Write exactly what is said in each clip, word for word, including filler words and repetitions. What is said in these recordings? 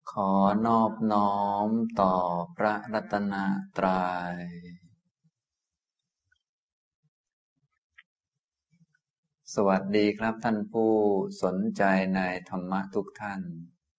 ขอนอบน้อมต่อพระรัตนตรัยสวัสดีครับท่านผู้สนใจในธรรมะทุกท่าน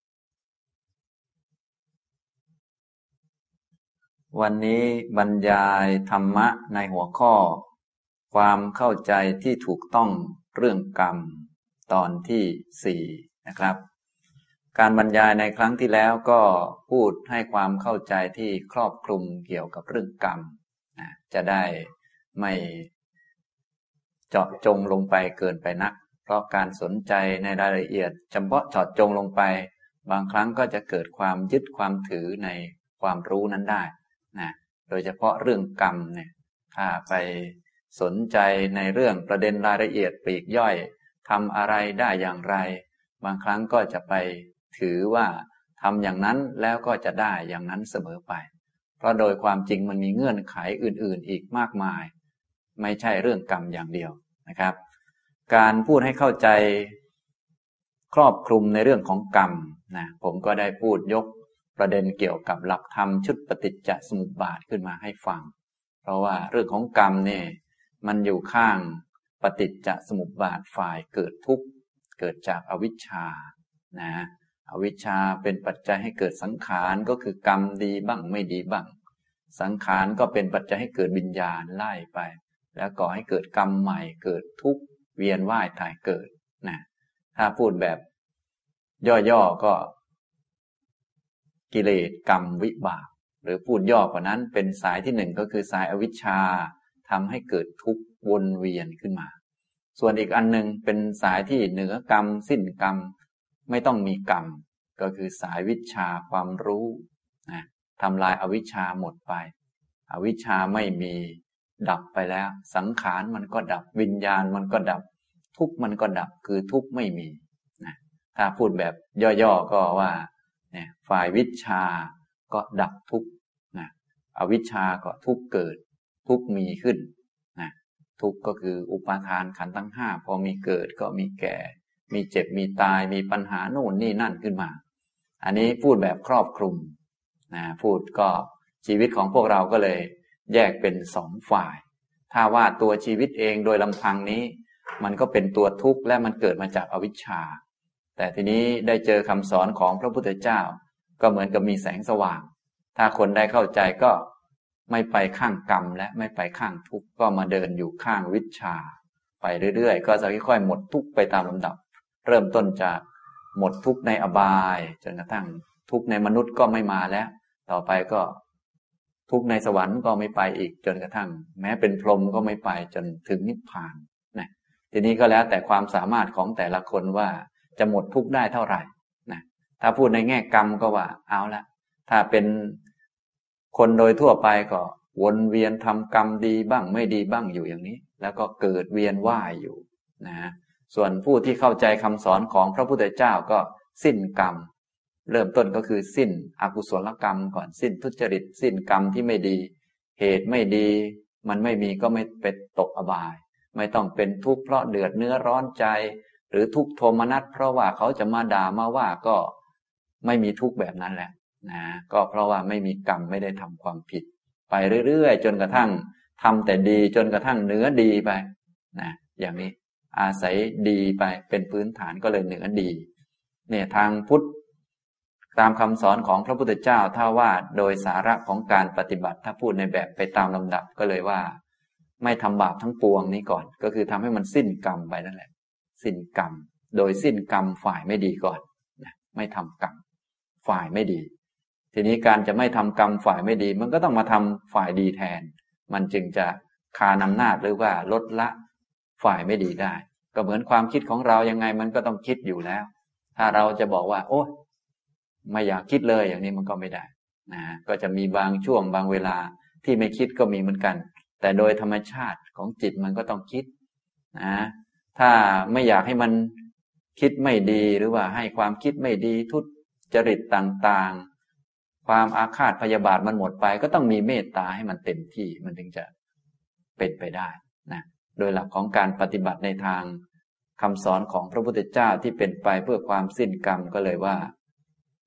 วันนี้บรรยายธรรมะในหัวข้อความเข้าใจที่ถูกต้องเรื่องกรรมตอนที่สี่นะครับการบรรยายในครั้งที่แล้วก็พูดให้ความเข้าใจที่ครอบคลุมเกี่ยวกับเรื่องกรรมนะจะได้ไม่เจาะจงลงไปเกินไปนักเพราะการสนใจในรายละเอียดเฉพาะเจาะจงลงไปบางครั้งก็จะเกิดความยึดความถือในความรู้นั้นได้นะโดยเฉพาะเรื่องกรรมเนี่ยถ้าไปสนใจในเรื่องประเด็นรายละเอียดปลีกย่อยทำอะไรได้อย่างไรบางครั้งก็จะไปถือว่าทำอย่างนั้นแล้วก็จะได้อย่างนั้นเสมอไปเพราะโดยความจริงมันมีเงื่อนไขอื่นๆอีกมากมายไม่ใช่เรื่องกรรมอย่างเดียวนะครับการพูดให้เข้าใจครอบคลุมในเรื่องของกรรมนะผมก็ได้พูดยกประเด็นเกี่ยวกับหลักธรรมชุดปฏิจจสมุปบาทขึ้นมาให้ฟังเพราะว่าเรื่องของกรรมเนี่ยมันอยู่ข้างปฏิจจสมุปบาทฝ่ายเกิดทุกข์เกิดจากอวิชชานะอวิชชาเป็นปัจจัยให้เกิดสังขารก็คือกรรมดีบ้างไม่ดีบ้างสังขารก็เป็นปัจจัยให้เกิดวิญญาณไล่ไปแล้วก่อให้เกิดกรรมใหม่เกิดทุกข์เวียนว่ายตายเกิดนะถ้าพูดแบบย่อๆก็กิเลสกรรมวิบากหรือพูดย่อกว่านั้นเป็นสายที่หนึ่งก็คือสายอวิชชาทำให้เกิดทุกข์วนเวียนขึ้นมาส่วนอีกอันหนึ่งเป็นสายที่เหนือกรรมสิ้นกรรมไม่ต้องมีกรรมก็คือสายวิชาความรู้นะทำลายอวิชชาหมดไปอวิชชาไม่มีดับไปแล้วสังขารมันก็ดับวิญญาณมันก็ดับทุกข์มันก็ดับคือทุกข์ไม่มีนะถ้าพูดแบบย่อๆก็ว่าเนี่ยฝ่ายวิชาก็ดับทุกข์นะอวิชชาก็ทุกข์เกิดทุกข์มีขึ้นนะทุกข์ก็คืออุปาทานขันธ์ทั้งห้าพอมีเกิดก็มีแก่มีเจ็บมีตายมีปัญหาโน่นนี่นั่นขึ้นมาอันนี้พูดแบบครอบคลุมนะพูดก็ชีวิตของพวกเราก็เลยแยกเป็นสองฝ่ายถ้าว่าตัวชีวิตเองโดยลำพังนี้มันก็เป็นตัวทุกข์และมันเกิดมาจากอวิชชาแต่ทีนี้ได้เจอคำสอนของพระพุทธเจ้าก็เหมือนกับมีแสงสว่างถ้าคนได้เข้าใจก็ไม่ไปข้างกรรมและไม่ไปข้างทุกข์ก็มาเดินอยู่ข้างวิชชาไปเรื่อยๆก็จะค่อยๆหมดทุกข์ไปตามลำดับเริ่มต้นจากหมดทุกข์ในอบายจนกระทั่งทุกข์ในมนุษย์ก็ไม่มาแล้วต่อไปก็ทุกข์ในสวรรค์ก็ไม่ไปอีกจนกระทั่งแม้เป็นพรหมก็ไม่ไปจนถึงนิพพานนะทีนี้ก็แล้วแต่ความสามารถของแต่ละคนว่าจะหมดทุกข์ได้เท่าไหร่นะถ้าพูดในแง่กรรมก็ว่าเอาละถ้าเป็นคนโดยทั่วไปก็วนเวียนทำกรรมดีบ้างไม่ดีบ้างอยู่อย่างนี้แล้วก็เกิดเวียนว่ายอยู่นะส่วนผู้ที่เข้าใจคำสอนของพระพุทธเจ้าก็สิ้นกรรมเริ่มต้นก็คือสิ้นอกุศลกรรมก่อนสิ้นทุจริตสิ้นกรรมที่ไม่ดีเหตุไม่ดีมันไม่มีก็ไม่เป็นตกอบายไม่ต้องเป็นทุกข์เพราะเดือดเนื้อร้อนใจหรือทุกข์โทมนัสเพราะว่าเขาจะมาด่ามาว่าก็ไม่มีทุกข์แบบนั้นแหละนะก็เพราะว่าไม่มีกรรมไม่ได้ทำความผิดไปเรื่อยๆจนกระทั่งทำแต่ดีจนกระทั่งเหนือดีไปนะอย่างนี้อาศัยดีไปเป็นพื้นฐานก็เลยเหนือดีเนี่ยทางพุทธตามคำสอนของพระพุทธเจ้าถ้าว่าโดยสาระของการปฏิบัติถ้าพูดในแบบไปตามลำดับก็เลยว่าไม่ทำบาปทั้งปวงนี้ก่อนก็คือทำให้มันสิ้นกรรมไปนั่นแหละสิ้นกรรมโดยสิ้นกรรมฝ่ายไม่ดีก่อนนะไม่ทำกรรมฝ่ายไม่ดีทีนี้การจะไม่ทำกรรมฝ่ายไม่ดีมันก็ต้องมาทำฝ่ายดีแทนมันจึงจะคานอำนาจหรือว่าลดละฝ่ายไม่ดีได้ก็เหมือนความคิดของเรายังไงมันก็ต้องคิดอยู่แล้วถ้าเราจะบอกว่าโอ๊ยไม่อยากคิดเลยอย่างนี้มันก็ไม่ได้นะก็จะมีบางช่วงบางเวลาที่ไม่คิดก็มีเหมือนกันแต่โดยธรรมชาติของจิตมันก็ต้องคิดนะถ้าไม่อยากให้มันคิดไม่ดีหรือว่าให้ความคิดไม่ดีทุจริตต่างๆความอาฆาตพยาบาทมันหมดไปก็ต้องมีเมตตาให้มันเต็มที่มันถึงจะเป็นไปได้นะโดยหลักของการปฏิบัติในทางคำสอนของพระพุทธเจ้าที่เป็นไปเพื่อความสิ้นกรรมก็เลยว่า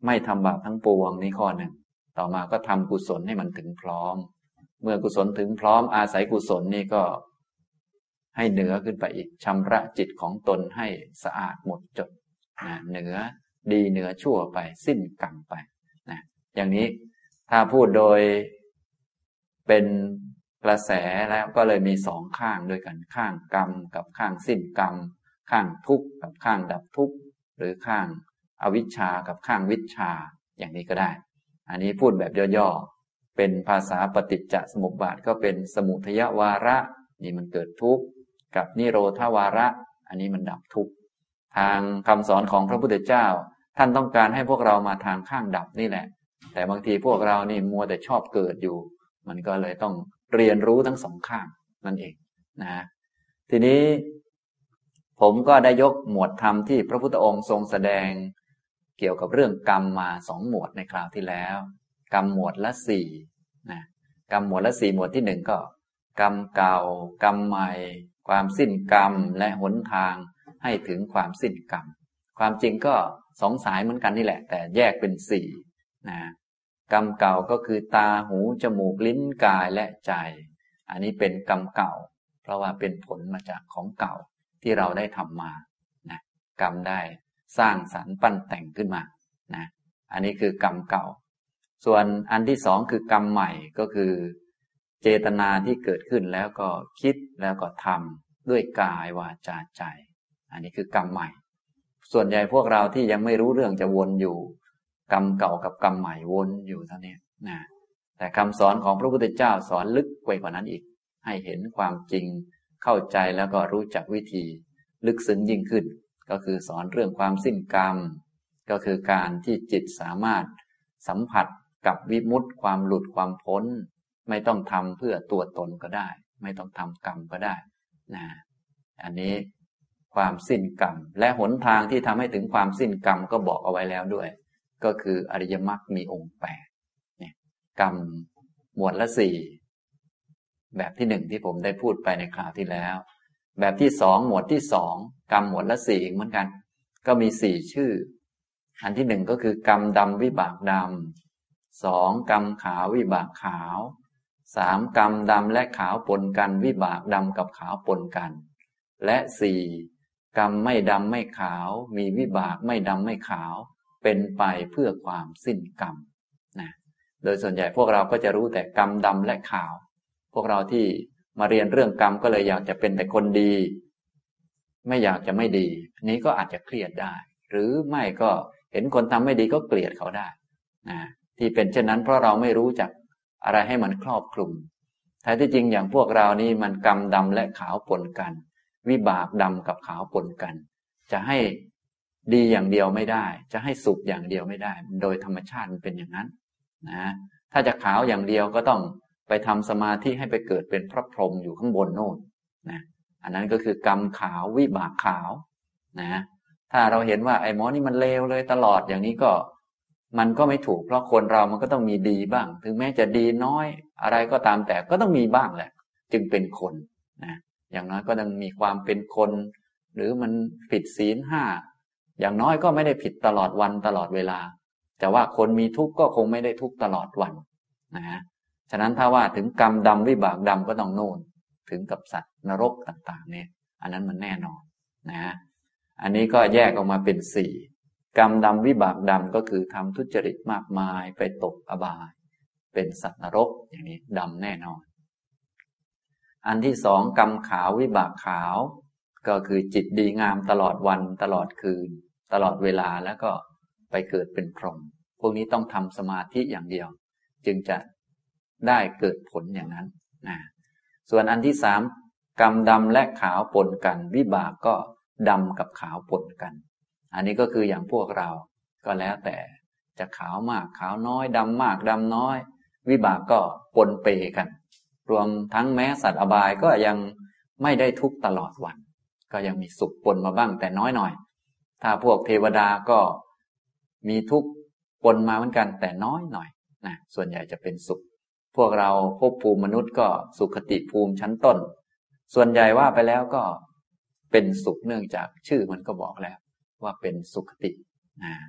ไม่ทำบาปทั้งปวงนี่ข้อหนึ่งต่อมาก็ทำกุศลให้มันถึงพร้อมเมื่อกุศลถึงพร้อมอาศัยกุศลนี่ก็ให้เหนือขึ้นไปอีกชำระจิตของตนให้สะอาดหมดจดนะเหนือดีเหนือชั่วไปสิ้นกรรมไปนะอย่างนี้ถ้าพูดโดยเป็นกระแสแล้วก็เลยมีสองข้างด้วยกันข้างกรรมกับข้างสิ้นกรรมข้างทุกข์กับข้างดับทุกข์หรือข้างอวิชชากับข้างวิชชาอย่างนี้ก็ได้อันนี้พูดแบบย่อๆเป็นภาษาปฏิจจสมุปบาทก็เป็นสมุทัยวาระนี่มันเกิดทุกข์กับนิโรธาวาระอันนี้มันดับทุกข์ทางคำสอนของพระพุทธเจ้าท่านต้องการให้พวกเรามาทางข้างดับนี่แหละแต่บางทีพวกเรานี่มัวแต่ชอบเกิดอยู่มันก็เลยต้องเรียนรู้ทั้งสองข้างนั่นเองนะทีนี้ผมก็ได้ยกหมวดธรรมที่พระพุทธองค์ทรงแสดงเกี่ยวกับเรื่องกรรมมาสองหมวดในคราวที่แล้วกรรมหมวดละสี่นะกรรมหมวดละสี่หมวดที่หนึ่งก็กรรมเก่ากรรมใหม่ความสิ้นกรรมและหนทางให้ถึงความสิ้นกรรมความจริงก็สองสายเหมือนกันนี่แหละแต่แยกเป็นสี่นะกรรมเก่าก็คือตาหูจมูกลิ้นกายและใจอันนี้เป็นกรรมเก่าเพราะว่าเป็นผลมาจากของเก่าที่เราได้ทำมานะกรรมได้สร้างสรรค์ปั้นแต่งขึ้นมานะอันนี้คือกรรมเก่าส่วนอันที่สองคือกรรมใหม่ก็คือเจตนาที่เกิดขึ้นแล้วก็คิดแล้วก็ทำด้วยกายวาจาใจอันนี้คือกรรมใหม่ส่วนใหญ่พวกเราที่ยังไม่รู้เรื่องจะวนอยู่กรรมเก่ากับกรรมใหม่วนอยู่เท่านี้นะแต่คำสอนของพระพุทธเจ้าสอนลึกไปกว่านั้นอีกให้เห็นความจริงเข้าใจแล้วก็รู้จักวิธีลึกซึ้งยิ่งขึ้นก็คือสอนเรื่องความสิ้นกรรมก็คือการที่จิตสามารถสัมผัสกับวิมุตติความหลุดความพ้นไม่ต้องทำเพื่อตัวตนก็ได้ไม่ต้องทำกรรมก็ได้นะอันนี้ความสิ้นกรรมและหนทางที่ทำให้ถึงความสิ้นกรรมก็บอกเอาไว้แล้วด้วยก็คืออริยมรรคมีองค์แปดเนี่ยกรรมหมวดละสี่แบบที่หนึ่งที่ผมได้พูดไปในคราวที่แล้วแบบที่สองหมวดที่สองกรรมหมวดละสี่เหมือนกันก็มีสี่ชื่ออันที่หนึ่งก็คือกรรมดำวิบากดำสองกรรมขาววิบากขาวสามกรรมดำและขาวปนกันวิบากดำกับขาวปนกันและสี่กรรมไม่ดำไม่ขาวมีวิบากไม่ดำไม่ขาวเป็นไปเพื่อความสิ้นกรรมนะโดยส่วนใหญ่พวกเราก็จะรู้แต่กรรมดำและขาวพวกเราที่มาเรียนเรื่องกรรมก็เลยอยากจะเป็นแต่คนดีไม่อยากจะไม่ดีอันนี้ก็อาจจะเครียดได้หรือไม่ก็เห็นคนทำไม่ดีก็เกลียดเขาได้นะที่เป็นเช่นนั้นเพราะเราไม่รู้จักอะไรให้มันครอบคลุมแท้ที่จริงอย่างพวกเรานี่มันกรรมดำและขาวปนกันวิบากดำกับขาวปนกันจะให้ดีอย่างเดียวไม่ได้จะให้สุขอย่างเดียวไม่ได้โดยธรรมชาติมันเป็นอย่างนั้นนะถ้าจะขาวอย่างเดียวก็ต้องไปทำสมาธิให้ไปเกิดเป็นพระพรหมอยู่ข้างบนโน่นนะอันนั้นก็คือกรรมขาววิบากขาวนะถ้าเราเห็นว่าไอ้หมอนี่มันเลวเลยตลอดอย่างนี้ก็มันก็ไม่ถูกเพราะคนเรามันก็ต้องมีดีบ้างถึงแม้จะดีน้อยอะไรก็ตามแต่ก็ต้องมีบ้างแหละจึงเป็นคนนะอย่างน้อยก็ต้องมีความเป็นคนหรือมันผิดศีลห้าอย่างน้อยก็ไม่ได้ผิดตลอดวันตลอดเวลาแต่ว่าคนมีทุกข์ก็คงไม่ได้ทุกข์ตลอดวันนะฉะนั้นถ้าว่าถึงกรรมดำวิบากดำก็ต้องโน่นถึงกับสัตว์นรกต่างๆเนี่ยอันนั้นมันแน่นอนนะอันนี้ก็แยกออกมาเป็นสี่กรรมดำวิบากดำก็คือทำทุจริตมากมายไปตกอบายเป็นสัตว์นรกอย่างนี้ดำแน่นอนอันที่สองกรรมขาววิบากขาวก็คือจิตดีงามตลอดวันตลอดคืนตลอดเวลาแล้วก็ไปเกิดเป็นพรหมพวกนี้ต้องทำสมาธิอย่างเดียวจึงจะได้เกิดผลอย่างนั้นนะส่วนอันที่สามกรรมดำและขาวปนกันวิบากก็ดำกับขาวปนกันอันนี้ก็คืออย่างพวกเราก็แล้วแต่จะขาวมากขาวน้อยดำมากดำน้อยวิบากก็ปนเปกันรวมทั้งแม้สัตว์อบายก็ยังไม่ได้ทุกข์ตลอดวันก็ยังมีสุขปนมาบ้างแต่น้อยหน่อยถ้าพวกเทวดาก็มีทุกข์ปนมาเหมือนกันแต่น้อยหน่อยนะส่วนใหญ่จะเป็นสุขพวกเราภพภูมิมนุษย์ก็สุขติภูมิชั้นต้นส่วนใหญ่ว่าไปแล้วก็เป็นสุขเนื่องจากชื่อมันก็บอกแล้วว่าเป็นสุขตินะ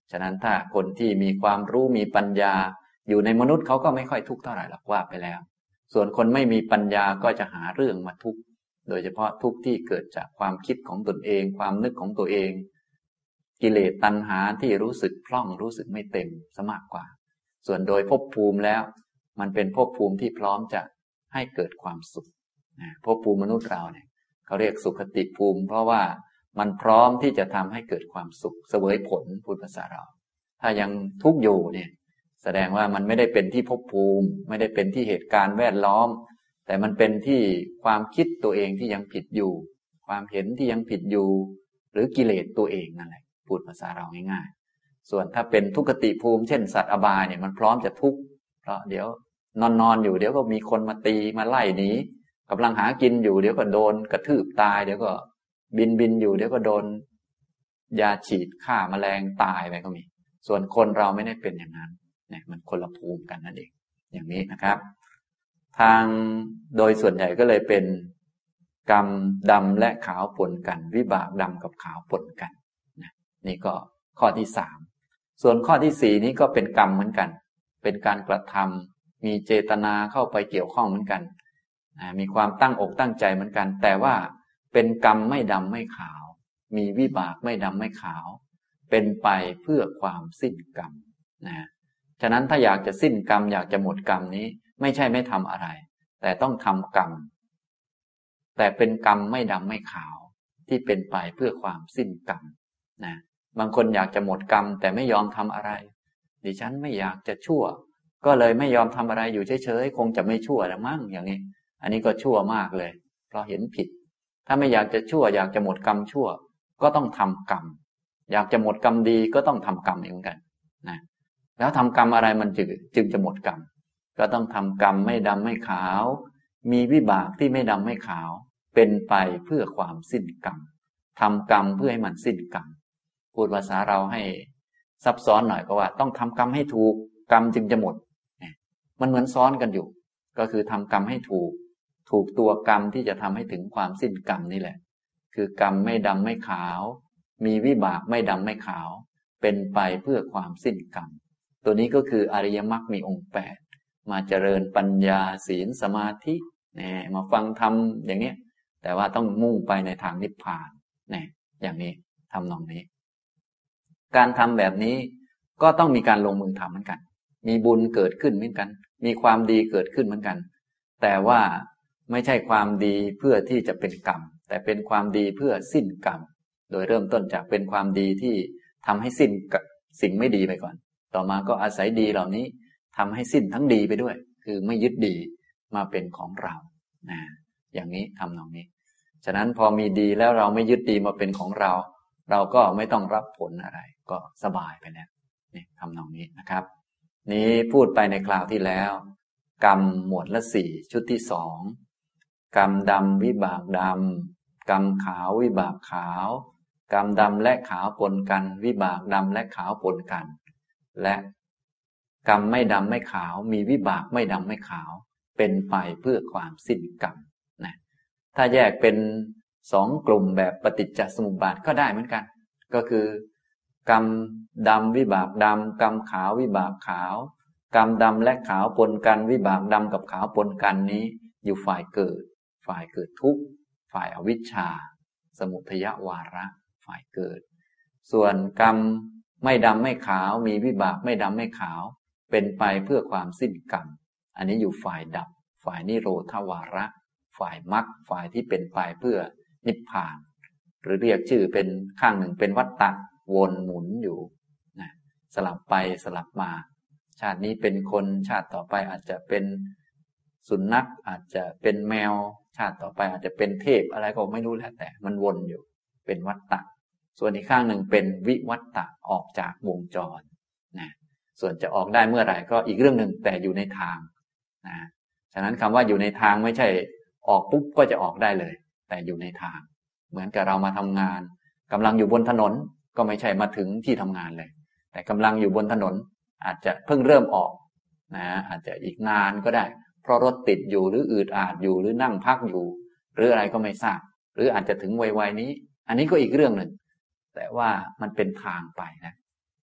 ฉะนั้นถ้าคนที่มีความรู้มีปัญญาอยู่ในมนุษย์เขาก็ไม่ค่อยทุกข์เท่าไหร่หรอกว่าไปแล้วส่วนคนไม่มีปัญญาก็จะหาเรื่องมาทุกข์โดยเฉพาะทุกข์ที่เกิดจากความคิดของตนเองความนึกของตัวเองกิเลสตัณหาที่รู้สึกพร่องรู้สึกไม่เต็มซะมากกว่าส่วนโดยภพภูมิแล้วมันเป็นภพภูมิที่พร้อมจะให้เกิดความสุขภพภูมิมนุษย์เราเนี่ยเขาเรียกสุขติภูมิเพราะว่ามันพร้อมที่จะทำให้เกิดความสุขเสวยผลพูดภาษาเราถ้ายังทุกข์อยู่เนี่ยแสดงว่ามันไม่ได้เป็นที่ภพภูมิไม่ได้เป็นที่เหตุการณ์แวดล้อมแต่มันเป็นที่ความคิดตัวเองที่ยังผิดอยู่ความเห็นที่ยังผิดอยู่หรือกิเลสตัวเองนั่นแหละพูดภาษาเราง่ายๆส่วนถ้าเป็นทุกขติภูมิเช่นสัตว์อบายเนี่ยมันพร้อมจะทุกข์เพราะเดี๋ยวนอนนอนอยู่เดี๋ยวก็มีคนมาตีมาไล่หนีกำลังหากินอยู่เดี๋ยวก็โดนกระทืบตายเดี๋ยวก็บินบินอยู่เดี๋ยวก็โดนยาฉีดฆ่าแมลงตายไปก็มีส่วนคนเราไม่ได้เป็นอย่างนั้นเนี่ยมันคนละภูมิกันนั่นเองอย่างนี้นะครับทางโดยส่วนใหญ่ก็เลยเป็นกรรมดำและขาวปนกันวิบากดำกับขาวปนกันนะนี่ก็ข้อที่สามส่วนข้อที่สี่นี้ก็เป็นกรรมเหมือนกันเป็นการกระทำมีเจตนาเข้าไปเกี่ยวข้องเหมือนกันมีความตั้งอกตั้งใจเหมือนกันแต่ว่าเป็นกรรมไม่ดำไม่ขาวมีวิบากไม่ดำไม่ขาวเป็นไปเพื่อความสิ้นกรรมนะฉะนั้นถ้าอยากจะสิ้นกรรมอยากจะหมดกรรมนี้ไม่ใช่ไม่ทำอะไรแต่ต้องทำกรรมแต่เป็นกรรมไม่ดำไม่ขาวที่เป็นไปเพื่อความสิ้นกรรมนะบางคนอยากจะหมดกรรมแต่ไม่ยอมทำอะไรดิฉันไม่อยากจะชั่วก็เลยไม่ยอมทำอะไรอยู่เฉยๆคงจะไม่ชั่วแล้วมั้งอย่างนี้อันนี้ก็ชั่วมากเลยเพราะเห็นผิดถ้าไม่อยากจะชั่วอยากจะหมดกรรมชั่วก็ต้องทำกรรมอยากจะหมดกรรมดีก็ต้องทำกรรมเหมือนกันนะแล้วทำกรรมอะไรมันจึงจึงจะหมดกรรมก็ต้องทำกรรมไม่ดำไม่ขาวมีวิบากที่ไม่ดำไม่ขาวเป็นไปเพื่อความสิ้นกรรมทำกรรมเพื่อให้มันสิ้นกรรมพูดภาษาเราให้ซับซ้อนหน่อยก็ว่าต้องทำกรรมให้ถูกกรรมจึงจะหมดมันเหมือนซ้อนกันอยู่ก็คือทำกรรมให้ถูกถูกตัวกรรมที่จะทำให้ถึงความสิ้นกรรมนี่แหละคือกรรมไม่ดำไม่ขาวมีวิบากไม่ดำไม่ขาวเป็นไปเพื่อความสิ้นกรรมตัวนี้ก็คืออริยมรรคมีองค์แปดมาเจริญปัญญาศีลสมาธิเนี่ยมาฟังธรรมอย่างนี้แต่ว่าต้องมุ่งไปในทางนิพพานเนี่ยอย่างนี้ทำนองนี้การทำแบบนี้ก็ต้องมีการลงมือทำเหมือนกันมีบุญเกิดขึ้นเหมือนกันมีความดีเกิดขึ้นเหมือนกันแต่ว่าไม่ใช่ความดีเพื่อที่จะเป็นกรรมแต่เป็นความดีเพื่อสิ้นกรรมโดยเริ่มต้นจากเป็นความดีที่ทำให้สิ้นสิ่งไม่ดีไปก่อนต่อมาก็อาศัยดีเหล่านี้ทำให้สิ้นทั้งดีไปด้วยคือไม่ยึดดีมาเป็นของเรานะอย่างนี้ทำนองนี้ฉะนั้นพอมีดีแล้วเราไม่ยึดดีมาเป็นของเราเราก็ไม่ต้องรับผลอะไรก็สบายไปแล้วนี่ทำนองนี้นะครับนี้พูดไปในคราวที่แล้วกรรมหมวดละสี่ชุดที่สองกรรมดำวิบากดำกรรมขาววิบากขาวกรรมดำและขาวปนกันวิบากดำและขาวปนกันและกรรมไม่ดำไม่ขาวมีวิบากไม่ดำไม่ขาวเป็นไปเพื่อความสิ้นกรรมนะถ้าแยกเป็นสองกลุ่มแบบปฏิจจสมุปบาทก็ได้เหมือนกันก็คือกรรมดำวิบากดำกรรมขาววิบากขาวกรรมดำและขาวปนกันวิบากดำกับขาวปนกันนี้อยู่ฝ่ายเกิดฝ่ายเกิดทุกข์ฝ่ายอวิชชาสมุทัยวาระฝ่ายเกิดส่วนกรรมไม่ดำไม่ขาวมีวิบากไม่ดำไม่ขาวเป็นไปเพื่อความสิ้นกรรมอันนี้อยู่ฝ่ายดับฝ่ายนิโรธวาระฝ่ายมรรคฝ่ายที่เป็นไปเพื่อนิพพานหรือเรียกชื่อเป็นข้างหนึ่งเป็นวัฏฏะวนหมุนอยู่นะสลับไปสลับมาชาตินี้เป็นคนชาติต่อไปอาจจะเป็นสุนัขอาจจะเป็นแมวชาติต่อไปอาจจะเป็นเทพอะไรก็ไม่รู้แหละแต่มันวนอยู่เป็นวัฏฏะส่วนอีกข้างหนึ่งเป็นวิวัฏฏะออกจากวงจรนะส่วนจะออกได้เมื่อไหร่ก็อีกเรื่องหนึ่งแต่อยู่ในทางนะฉะนั้นคำว่าอยู่ในทางไม่ใช่ออกปุ๊บก็จะออกได้เลยแต่อยู่ในทางเหมือนกับเรามาทำงานกำลังอยู่บนถนนก็ไม่ใช่มาถึงที่ทำงานเลยแต่กำลังอยู่บนถนนอาจจะเพิ่งเริ่มออกนะอาจจะอีกนานก็ได้เพราะรถติดอยู่หรืออืดอาดอยู่หรือนั่งพักอยู่หรืออะไรก็ไม่ทราบหรืออาจจะถึงวัยๆนี้อันนี้ก็อีกเรื่องหนึ่งแต่ว่ามันเป็นทางไปนะ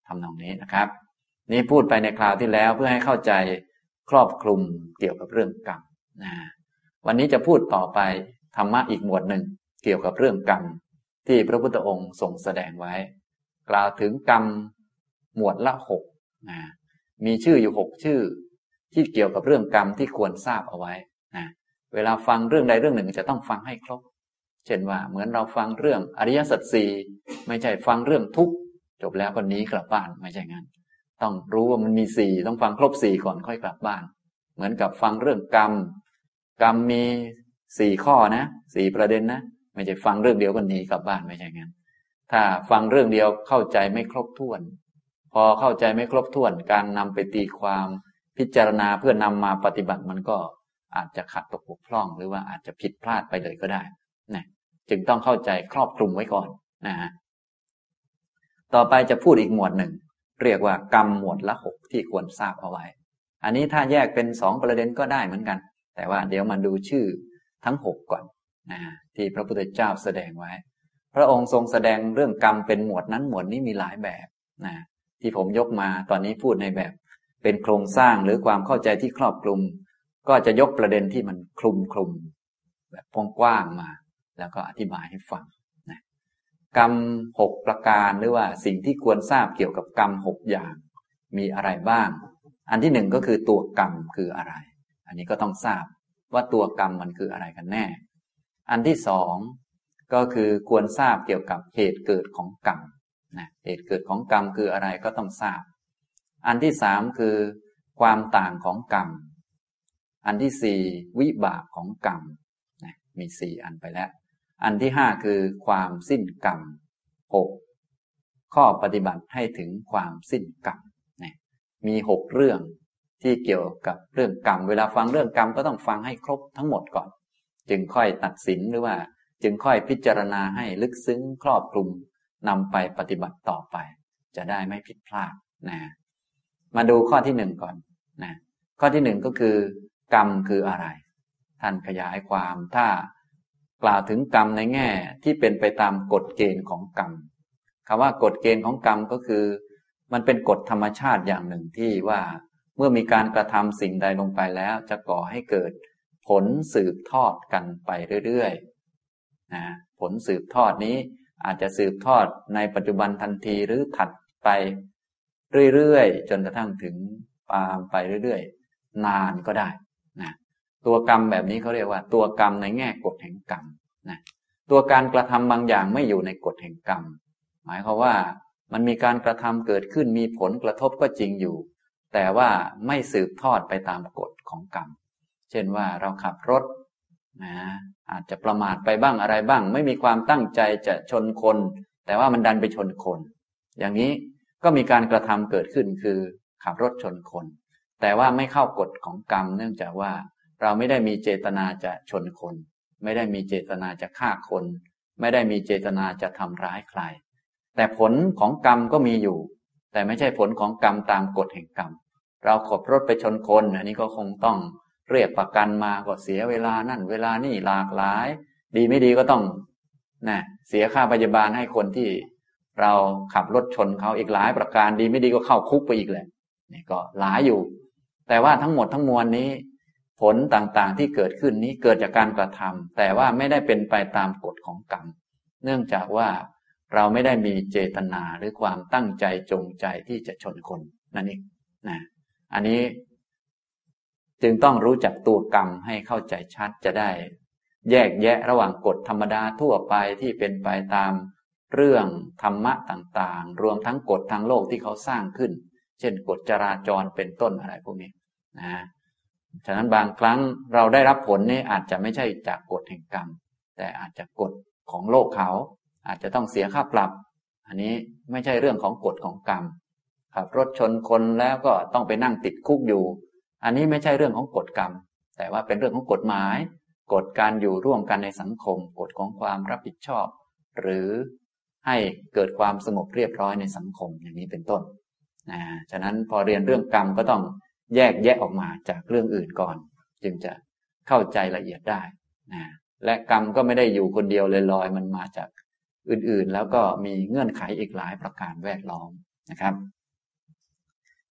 ทำนองนี้นะครับนี่พูดไปในคราวที่แล้วเพื่อให้เข้าใจครอบคลุมเกี่ยวกับเรื่องกรรมนะวันนี้จะพูดต่อไปธรรมะอีกหมวดหนึ่งเกี่ยวกับเรื่องกรรมที่พระพุทธองค์ทรงแสดงไว้กล่าวถึงกรรมหมวดละหกนะมีชื่ออยู่หกชื่อที่เกี่ยวกับเรื่องกรรมที่ควรทราบเอาไว้นะเวลาฟังเรื่องใดเรื่องหนึ่งจะต้องฟังให้ครบเช่นว่าเหมือนเราฟังเรื่องอริยสัจสี่ไม่ใช่ฟังเรื่องทุกข์จบแล้วก็หนีกลับบ้านไม่ใช่งั้นต้องรู้ว่ามันมีสี่ต้องฟังครบสี่ก่อนค่อยกลับบ้านเหมือนกับฟังเรื่องกรรมกรรมมีสี่ข้อนะสี่ประเด็นนะไม่ใช่ฟังเรื่องเดียวก็หนีกลับบ้านไม่ใช่งั้นถ้าฟังเรื่องเดียวเข้าใจไม่ครบถ้วนพอเข้าใจไม่ครบถ้วนการนำไปตีความพิจารณาเพื่อนำมาปฏิบัติมันก็อาจจะขาดตกบกพร่องหรือว่าอาจจะผิดพลาดไปเลยก็ได้นะจึงต้องเข้าใจครอบคลุมไว้ก่อนนะฮะต่อไปจะพูดอีกหมวดหนึ่งเรียกว่ากรรมหมวดละหกที่ควรทราบเอาไว้อันนี้ถ้าแยกเป็นสองประเด็นก็ได้เหมือนกันแต่ว่าเดี๋ยวมาดูชื่อทั้งหกก่อนนะที่พระพุทธเจ้าแสดงไว้พระองค์ทรงแสดงเรื่องกรรมเป็นหมวดนั้นหมวดนี้มีหลายแบบนะที่ผมยกมาตอนนี้พูดในแบบเป็นโครงสร้างหรือความเข้าใจที่ครอบคลุมก็จะยกประเด็นที่มันคลุมคลุมแบบกว้างๆมาแล้วก็อธิบายให้ฟังนะกรรมหกประการหรือว่าสิ่งที่ควรทราบเกี่ยวกับกรรมหกอย่างมีอะไรบ้างอันที่หนึ่งก็คือตัวกรรมคืออะไรอันนี้ก็ต้องทราบว่าตัวกรรมมันคืออะไรกันแน่อันที่สองก็คือควรทราบเกี่ยวกับเหตุเกิดของกรรมนะเหตุเกิดของกรรมคืออะไรก็ต้องทราบอันที่สามคือความต่างของกรรมอันที่สี่วิบากของกรรมนะมีสี่อันไปแล้วอันที่ห้าคือความสิ้นกรรมหกข้อปฏิบัติให้ถึงความสิ้นกรรมนะมีหกเรื่องที่เกี่ยวกับเรื่องกรรมเวลาฟังเรื่องกรรมก็ต้องฟังให้ครบทั้งหมดก่อนจึงค่อยตัดสินหรือว่าจึงค่อยพิจารณาให้ลึกซึ้งครอบคลุมนำไปปฏิบัติต่อไปจะได้ไม่ผิดพลาดนะมาดูข้อที่หนึ่งก่อนนะข้อที่หนึ่งก็คือกรรมคืออะไรท่านขยายความถ้ากล่าวถึงกรรมในแง่ที่เป็นไปตามกฎเกณฑ์ของกรรมคำว่ากฎเกณฑ์ของกรรมก็คือมันเป็นกฎธรรมชาติอย่างหนึ่งที่ว่าเมื่อมีการกระทำสิ่งใดลงไปแล้วจะก่อให้เกิดผลสืบทอดกันไปเรื่อยๆนะผลสืบทอดนี้อาจจะสืบทอดในปัจจุบันทันทีหรือถัดไปเรื่อยๆจนกระทั่งถึงตามไปเรื่อยๆนานก็ได้นะตัวกรรมแบบนี้เขาเรียกว่าตัวกรรมในแง่กฎแห่งกรรมนะตัวการกระทำบางอย่างไม่อยู่ในกฎแห่งกรรมหมายความว่ามันมีการกระทำเกิดขึ้นมีผลกระทบก็จริงอยู่แต่ว่าไม่สืบทอดไปตามกฎของกรรมเช่นว่าเราขับรถนะอาจจะประมาทไปบ้างอะไรบ้างไม่มีความตั้งใจจะชนคนแต่ว่ามันดันไปชนคนอย่างนี้ก็มีการกระทำเกิดขึ้นคือขับรถชนคนแต่ว่าไม่เข้ากฎของกรรมเนื่องจากว่าเราไม่ได้มีเจตนาจะชนคนไม่ได้มีเจตนาจะฆ่าคนไม่ได้มีเจตนาจะทำร้ายใครแต่ผลของกรรมก็มีอยู่แต่ไม่ใช่ผลของกรรมตามกฎแห่งกรรมเราขับรถไปชนคนอันนี้ก็คงต้องเรียกประกันมาก็เสียเวลานั่นเวลานี่หลากหลายดีไม่ดีก็ต้องนะเสียค่าพยาบาลให้คนที่เราขับรถชนเขาอีกหลายประการดีไม่ดีก็เข้าคุกไปอีกแหละนี่ก็หลายอยู่แต่ว่าทั้งหมดทั้งมวลนี้ผลต่างๆที่เกิดขึ้นนี้เกิดจากการกระทำแต่ว่าไม่ได้เป็นไปตามกฎของกรรมเนื่องจากว่าเราไม่ได้มีเจตนาหรือความตั้งใจจงใจที่จะชนคนนั่นเองนะอันนี้จึงต้องรู้จักตัวกรรมให้เข้าใจชัดจะได้แยกแยะระหว่างกฎธรรมดาทั่วไปที่เป็นไปตามเรื่องธรรมะต่างๆรวมทั้งกฎทางโลกที่เขาสร้างขึ้นเช่นกฎจราจรเป็นต้นอะไรพวกนี้นะฉะนั้นบางครั้งเราได้รับผลนี้อาจจะไม่ใช่จากกฎแห่งกรรมแต่อาจจะกฎของโลกเขาอาจจะต้องเสียค่าปรับอันนี้ไม่ใช่เรื่องของกฎของกรรมขับรถชนคนแล้วก็ต้องไปนั่งติดคุกอยู่อันนี้ไม่ใช่เรื่องของกฎกรรมแต่ว่าเป็นเรื่องของกฎหมายกฎการอยู่ร่วมกันในสังคมกฎของความรับผิดชอบหรือให้เกิดความสงบเรียบร้อยในสังคมอย่างนี้เป็นต้นนะฉะนั้นพอเรียนเรื่องกรรมก็ต้องแยกแยะออกมาจากเรื่องอื่นก่อนจึงจะเข้าใจละเอียดได้นะและกรรมก็ไม่ได้อยู่คนเดียวลอยๆมันมาจากอื่นๆแล้วก็มีเงื่อนไขอีกหลายประการแวดล้อมนะครับ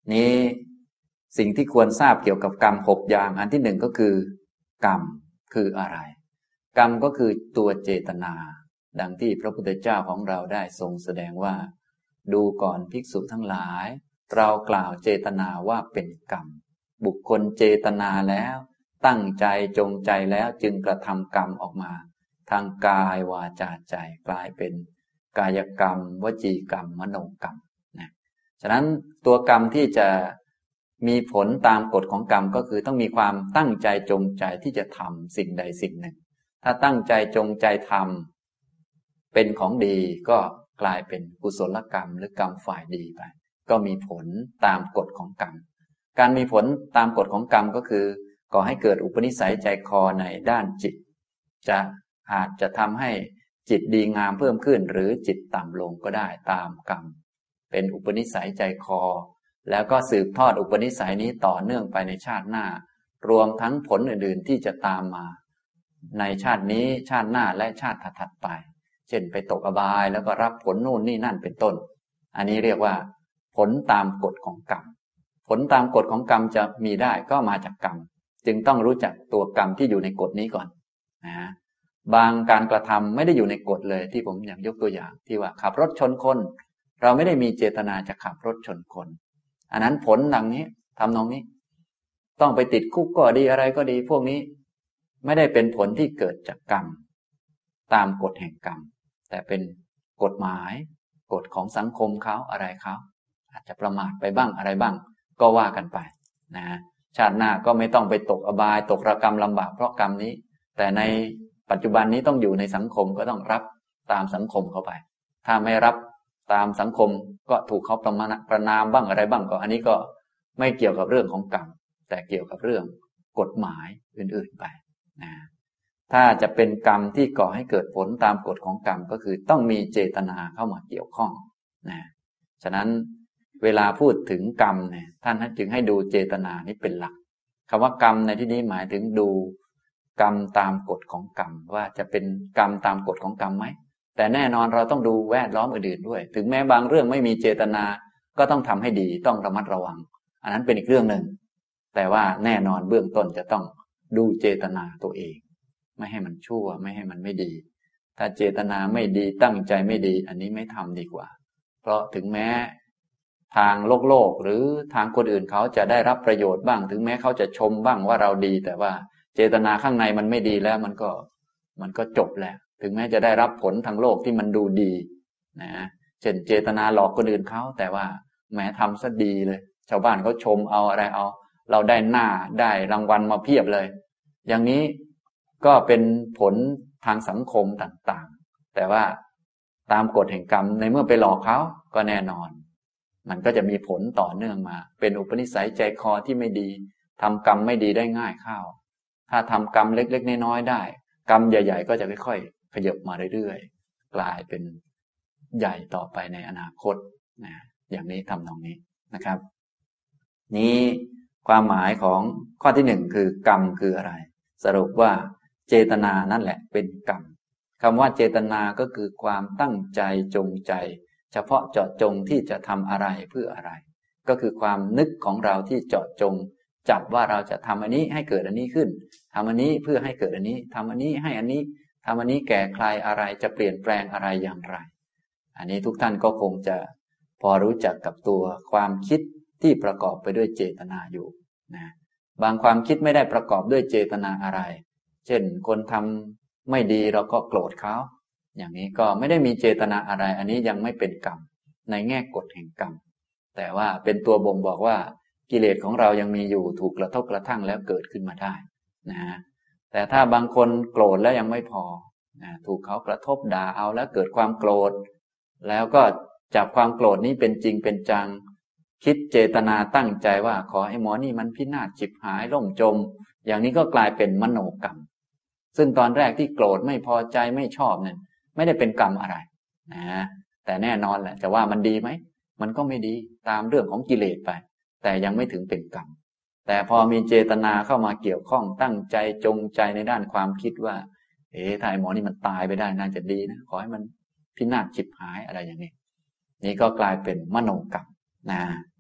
นี้สิ่งที่ควรทราบเกี่ยวกับกรรมหกอย่างอันที่หนึ่งก็คือกรรมคืออะไรกรรมก็คือตัวเจตนาดังที่พระพุทธเจ้าของเราได้ทรงแสดงว่าดูก่อนภิกษุทั้งหลายเรากล่าวเจตนาว่าเป็นกรรมบุคคลเจตนาแล้วตั้งใจจงใจแล้วจึงกระทำกรรมออกมาทางกายวาจาใจกลายเป็นกายกรรมวจีกรรมมโนกรรมนะฉะนั้นตัวกรรมที่จะมีผลตามกฎของกรรมก็คือต้องมีความตั้งใจจงใจที่จะทำสิ่งใดสิ่งหนึ่งถ้าตั้งใจจงใจทำเป็นของดีก็กลายเป็นกุศลกรรมหรือกรรมฝ่ายดีไปก็มีผลตามกฎของกรรมการมีผลตามกฎของกรรมก็คือก่อให้เกิดอุปนิสัยใจคอในด้านจิตจะอาจจะทำให้จิตดีงามเพิ่มขึ้นหรือจิตต่ำลงก็ได้ตามกรรมเป็นอุปนิสัยใจคอแล้วก็สืบทอดอุปนิสัยนี้ต่อเนื่องไปในชาติหน้ารวมทั้งผลอื่นๆที่จะตามมาในชาตินี้ชาติหน้าและชาติถัดๆไปเช่นไปตกอบายแล้วก็รับผลนู่นนี่นั่นเป็นต้นอันนี้เรียกว่าผลตามกฎของกรรมผลตามกฎของกรรมจะมีได้ก็มาจากกรรมจึงต้องรู้จักตัวกรรมที่อยู่ในกฎนี้ก่อนนะบางการกระทำไม่ได้อยู่ในกฎเลยที่ผมอยากยกตัวอย่างที่ว่าขับรถชนคนเราไม่ได้มีเจตนาจะขับรถชนคนอันนั้นผลดังนี้ทำนองนี้ต้องไปติดคุกก็ดีอะไรก็ดีพวกนี้ไม่ได้เป็นผลที่เกิดจากกรรมตามกฎแห่งกรรมแต่เป็นกฎหมายกฎของสังคมเขาอะไรเขาอาจจะประมาทไปบ้างอะไรบ้างก็ว่ากันไปนะชาติหน้าก็ไม่ต้องไปตกอบายตกระกรรมลำบากเพราะกรรมนี้แต่ในปัจจุบันนี้ต้องอยู่ในสังคมก็ต้องรับตามสังคมเข้าไปถ้าไม่รับตามสังคมก็ถูกเขาประมาประนามบ้างอะไรบ้างก็อันนี้ก็ไม่เกี่ยวกับเรื่องของกรรมแต่เกี่ยวกับเรื่องกฎหมายอื่นๆไปนะถ้าจะเป็นกรรมที่ก่อให้เกิดผลตามกฎของกรรมก็คือต้องมีเจตนาเข้ามาเกี่ยวข้องนะฉะนั้นเวลาพูดถึงกรรมเนี่ยท่านจึงให้ดูเจตนานี้เป็นหลักคำว่ากรรมในที่นี้หมายถึงดูกรรมตามกฎของกรรมว่าจะเป็นกรรมตามกฎของกรรมไหมแต่แน่นอนเราต้องดูแวดล้อมอื่นๆด้วยถึงแม้บางเรื่องไม่มีเจตนาก็ต้องทำให้ดีต้องระมัดระวังอันนั้นเป็นอีกเรื่องหนึ่งแต่ว่าแน่นอนเบื้องต้นจะต้องดูเจตนาตัวเองไม่ให้มันชั่วไม่ให้มันไม่ดีถ้าเจตนาไม่ดีตั้งใจไม่ดีอันนี้ไม่ทำดีกว่าเพราะถึงแม้ทางโลกโลกหรือทางคนอื่นเขาจะได้รับประโยชน์บ้างถึงแม้เขาจะชมบ้างว่าเราดีแต่ว่าเจตนาข้างในมันไม่ดีแล้วมันก็มันก็จบแล้วถึงแม้จะได้รับผลทางโลกที่มันดูดีนะเช่นเจตนาหลอกคนอื่นเขาแต่ว่าแม้ทำซะดีเลยชาวบ้านเขาชมเอาอะไรเอาเราได้หน้าได้รางวัลมาเพียบเลยอย่างนี้ก็เป็นผลทางสังคมต่างๆแต่ว่าตามกฎแห่งกรรมในเมื่อไปหลอกเขาก็แน่นอนมันก็จะมีผลต่อเนื่องมาเป็นอุปนิสัยใจคอที่ไม่ดีทำกรรมไม่ดีได้ง่ายเข้าถ้าทำกรรมเล็กๆน้อยๆได้กรรมใหญ่ๆก็จะค่อยๆขยับมาเรื่อยๆกลายเป็นใหญ่ต่อไปในอนาคตนะอย่างนี้ทำตรงนี้นะครับนี้ความหมายของข้อที่หนึ่งคือกรรมคืออะไรสรุปว่าเจตนานั่นแหละเป็นกรรมคำว่าเจตนาก็คือความตั้งใจจงใจเฉพาะเจาะจงที่จะทำอะไรเพื่ออะไรก็คือความนึกของเราที่เจาะจงจับว่าเราจะทำอันนี้ให้เกิดอันนี้ขึ้นทำอันนี้เพื่อให้เกิดอันนี้ทำอันนี้ให้อันนี้ทำอันนี้แก่ใครอะไรจะเปลี่ยนแปลงอะไรอย่างไรอันนี้ทุกท่านก็คงจะพอรู้จักกับตัวความคิดที่ประกอบไปด้วยเจตนาอยู่นะบางความคิดไม่ได้ประกอบด้วยเจตนาอะไรเช่นคนทำไม่ดีเราก็โกรธเขาอย่างนี้ก็ไม่ได้มีเจตนาอะไรอันนี้ยังไม่เป็นกรรมในแง่กฎแห่งกรรมแต่ว่าเป็นตัวบ่งบอกว่ากิเลสของเรายังมีอยู่ถูกกระทบกระทั่งแล้วเกิดขึ้นมาได้นะแต่ถ้าบางคนโกรธแล้วยังไม่พอนะถูกเขากระทบด่าเอาแล้วเกิดความโกรธแล้วก็จับความโกรธนี้เป็นจริงเป็นจังคิดเจตนาตั้งใจว่าขอให้หมอนี่มันพินาศฉิบหายล่มจมอย่างนี้ก็กลายเป็นมโนกรรมซึ่งตอนแรกที่โกรธไม่พอใจไม่ชอบเนี่ยไม่ได้เป็นกรรมอะไรนะแต่แน่นอนแหละจะว่ามันดีไหมมันก็ไม่ดีตามเรื่องของกิเลสไปแต่ยังไม่ถึงเป็นกรรมแต่พอมีเจตนาเข้ามาเกี่ยวข้องตั้งใจจงใจในด้านความคิดว่าเอ๊ะถ้าไอ้หมอนี่มันตายไปได้น่าจะดีนะขอให้มันพินาศฉิบหายอะไรอย่างนี้นี่ก็กลายเป็นมโนกรรมนะ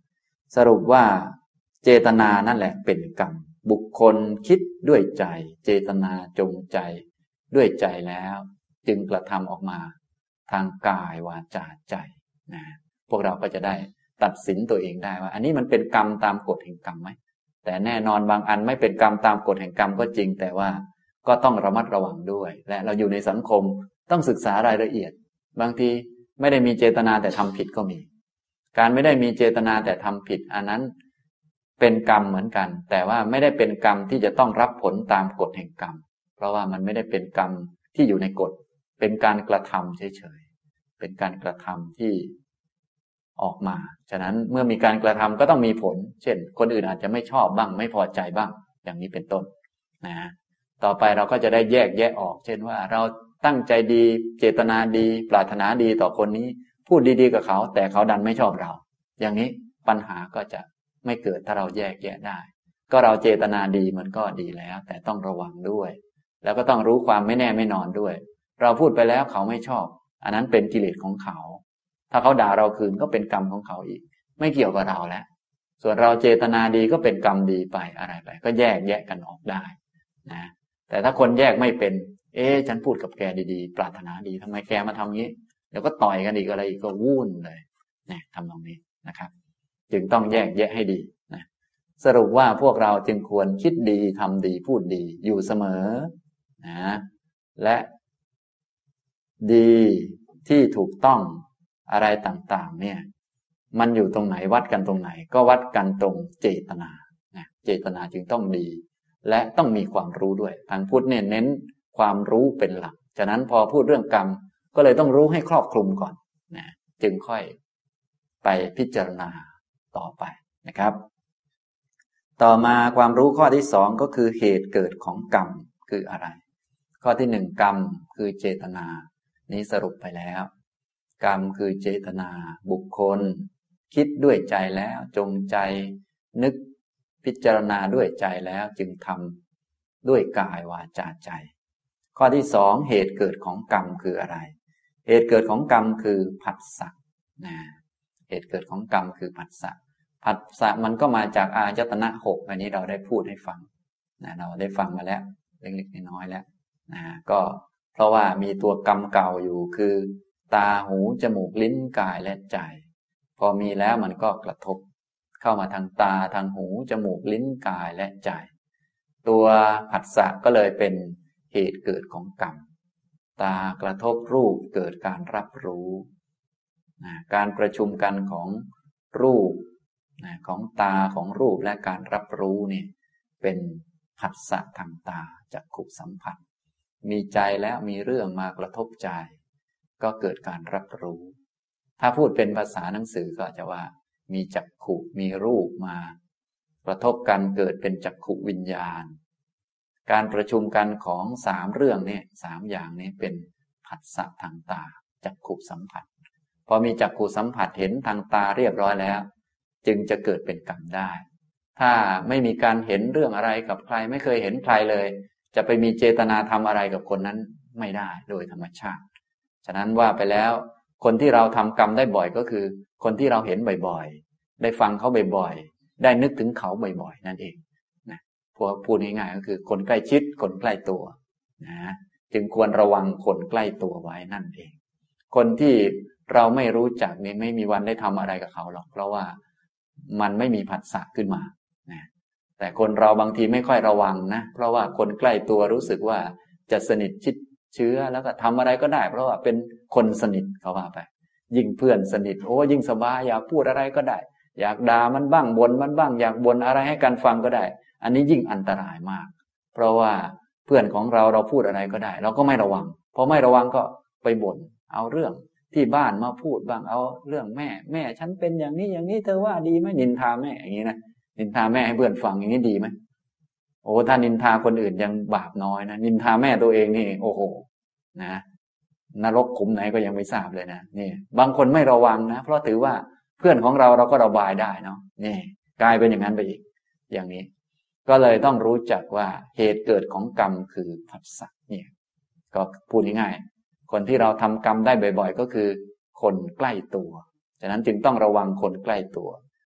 สรุปว่าเจตนานั่นแหละเป็นกรรมบุคคลคิดด้วยใจเจตนาจงใจด้วยใจแล้วจึงกระทำออกมาทางกายวาจาใจนะพวกเราก็จะได้ตัดสินตัวเองได้ว่าอันนี้มันเป็นกรรมตามกฎแห่งกรรมไหมแต่แน่นอนบางอันไม่เป็นกรรมตามกฎแห่งกรรมก็จริงแต่ว่าก็ต้องระมัดระวังด้วยและเราอยู่ในสังคมต้องศึกษารายละเอียดบางทีไม่ได้มีเจตนาแต่ทำผิดก็มีการไม่ได้มีเจตนาแต่ทำผิดอันนั้นเป็นกรรมเหมือนกันแต่ว่าไม่ได้เป็นกรรมที่จะต้องรับผลตามกฎแห่งกรรมเพราะว่ามันไม่ได้เป็นกรรมที่อยู่ในกฎเป็นการกระทำเฉยๆเป็นการกระทำที่ออกมาฉะนั้นเมื่อมีการกระทำก็ต้องมีผลเช่นคนอื่นอาจจะไม่ชอบบ้างไม่พอใจบ้างอย่างนี้เป็นต้นนะต่อไปเราก็จะได้แยกแยะออกเช่นว่าเราตั้งใจดีเจตนาดีปรารถนาดีต่อคนนี้พูดดีๆกับเขาแต่เขาดันไม่ชอบเราอย่างนี้ปัญหาก็จะไม่เกิดถ้าเราแยกแยะได้ก็เราเจตนาดีมันก็ดีแล้วแต่ต้องระวังด้วยแล้วก็ต้องรู้ความไม่แน่ไม่นอนด้วยเราพูดไปแล้วเขาไม่ชอบอันนั้นเป็นกิเลสของเขาถ้าเขาด่าเราคืนก็เป็นกรรมของเขาอีกไม่เกี่ยวกับเราแล้วส่วนเราเจตนาดีก็เป็นกรรมดีไปอะไรไปก็แยกแยะกันออกได้นะแต่ถ้าคนแยกไม่เป็นเอ๊ะฉันพูดกับแกดีๆปรารถนาดีทำไมแกมาทำงี้เดี๋ยวก็ต่อยกันอีกอะไรอีกก็วุ่นเลยเนี่ยทำตรงนี้นะครับจึงต้องแยกแยะให้ดีนะสรุปว่าพวกเราจึงควรคิดดีทำดีพูดดีอยู่เสมอนะและดีที่ถูกต้องอะไรต่างๆเนี่ยมันอยู่ตรงไหนวัดกันตรงไหนก็วัดกันตรงเจตนานะเจตนาจึงต้องดีและต้องมีความรู้ด้วยทางพุทธเนี่ยเน้นความรู้เป็นหลักฉะนั้นพอพูดเรื่องกรรมก็เลยต้องรู้ให้ครอบคลุมก่อนนะจึงค่อยไปพิจารณาต่อไปนะครับต่อมาความรู้ข้อที่สองก็คือเหตุเกิดของกรรมคืออะไรข้อที่หนึ่งกรรมคือเจตนานี้สรุปไปแล้วกรรมคือเจตนาบุคคลคิดด้วยใจแล้วจงใจนึกพิจารณาด้วยใจแล้วจึงทำด้วยกายวาจาใจข้อที่สองเหตุเกิดของกรรมคืออะไรเหตุเกิดของกรรมคือผัสสะนะเหตุเกิดของกรรมคือผัสสะผัสสะมันก็มาจากอายตนะหกอันนี้เราได้พูดให้ฟังนะเราได้ฟังมาแล้วเล็กๆน้อยๆแล้วนะก็เพราะว่ามีตัวกรรมเก่าอยู่คือตาหูจมูกลิ้นกายและใจพอมีแล้วมันก็กระทบเข้ามาทางตาทางหูจมูกลิ้นกายและใจตัวผัสสะก็เลยเป็นเหตุเกิดของกรรมตากระทบรูปเกิดการรับรู้นะการประชุมกันของรูปนะของตาของรูปและการรับรู้นี่เป็นผัสสะทางตาจักขุสัมผัสมีใจแล้วมีเรื่องมากระทบใจก็เกิดการรับรู้ถ้าพูดเป็นภาษาหนังสือก็จะว่ามีจักขุมีรูปมากระทบกันเกิดเป็นจักขุวิญญาณการประชุมกันของสามเรื่องนี้สามอย่างนี้เป็นผัสสะทางตาจักขุสัมผัสพอมีจักขุสัมผัสเห็นทางตาเรียบร้อยแล้วจึงจะเกิดเป็นกรรมได้ถ้าไม่มีการเห็นเรื่องอะไรกับใครไม่เคยเห็นใครเลยจะไปมีเจตนาทำอะไรกับคนนั้นไม่ได้โดยธรรมชาติฉะนั้นว่าไปแล้วคนที่เราทำกรรมได้บ่อยก็คือคนที่เราเห็นบ่อยๆได้ฟังเขาบ่อยๆได้นึกถึงเขาบ่อยๆนั่นเองนะพวกพูดง่ายๆก็คือคนใกล้ชิดคนใกล้ตัวนะจึงควรระวังคนใกล้ตัวไว้นั่นเองคนที่เราไม่รู้จักนี่ไม่มีวันได้ทำอะไรกับเขาหรอกเพราะว่ามันไม่มีผัสสะขึ้นมานะแต่คนเราบางทีไม่ค่อยระวังนะเพราะว่าคนใกล้ตัวรู้สึกว่าจะสนิทชิดเชื้อแล้วก็ทำอะไรก็ได้เพราะว่าเป็นคนสนิทเขาว่าไปยิ่งเพื่อนสนิทโอ้ยิ่งสบายอยากพูดอะไรก็ได้อยากด่ามันบ้างบ่นมันบ้างอยากบ่นอะไรให้กันฟังก็ได้อันนี้ยิ่งอันตรายมากเพราะว่าเพื่อนของเราเราพูดอะไรก็ได้เราก็ไม่ระวังพอไม่ระวังก็ไปบ่นเอาเรื่องที่บ้านมาพูดบ้างเอาเรื่องแม่แม่ฉันเป็นอย่างนี้อย่างนี้เธอว่าดีไหมนินทาแม่อย่างนี้นะนินทาแม่ให้เพื่อนฟังอย่างนี้ดีไหมโอ้ถ้านินทาคนอื่นยังบาปน้อยนะนินทาแม่ตัวเองนี่โอ้โหนะนรกขุมไหนก็ยังไม่ทราบเลยนะนี่บางคนไม่ระวังนะเพราะถือว่าเพื่อนของเราเราก็ระบายได้เนาะนี่กลายเป็นอย่างนั้นไปอีกอย่างนี้ก็เลยต้องรู้จักว่าเหตุเกิดของกรรมคือผัสสะเนี่ยก็พูดง่ายๆคนที่เราทำกรรมได้บ่อยๆก็คือคนใกล้ตัวฉะนั้นจึงต้องระวังคนใกล้ตัว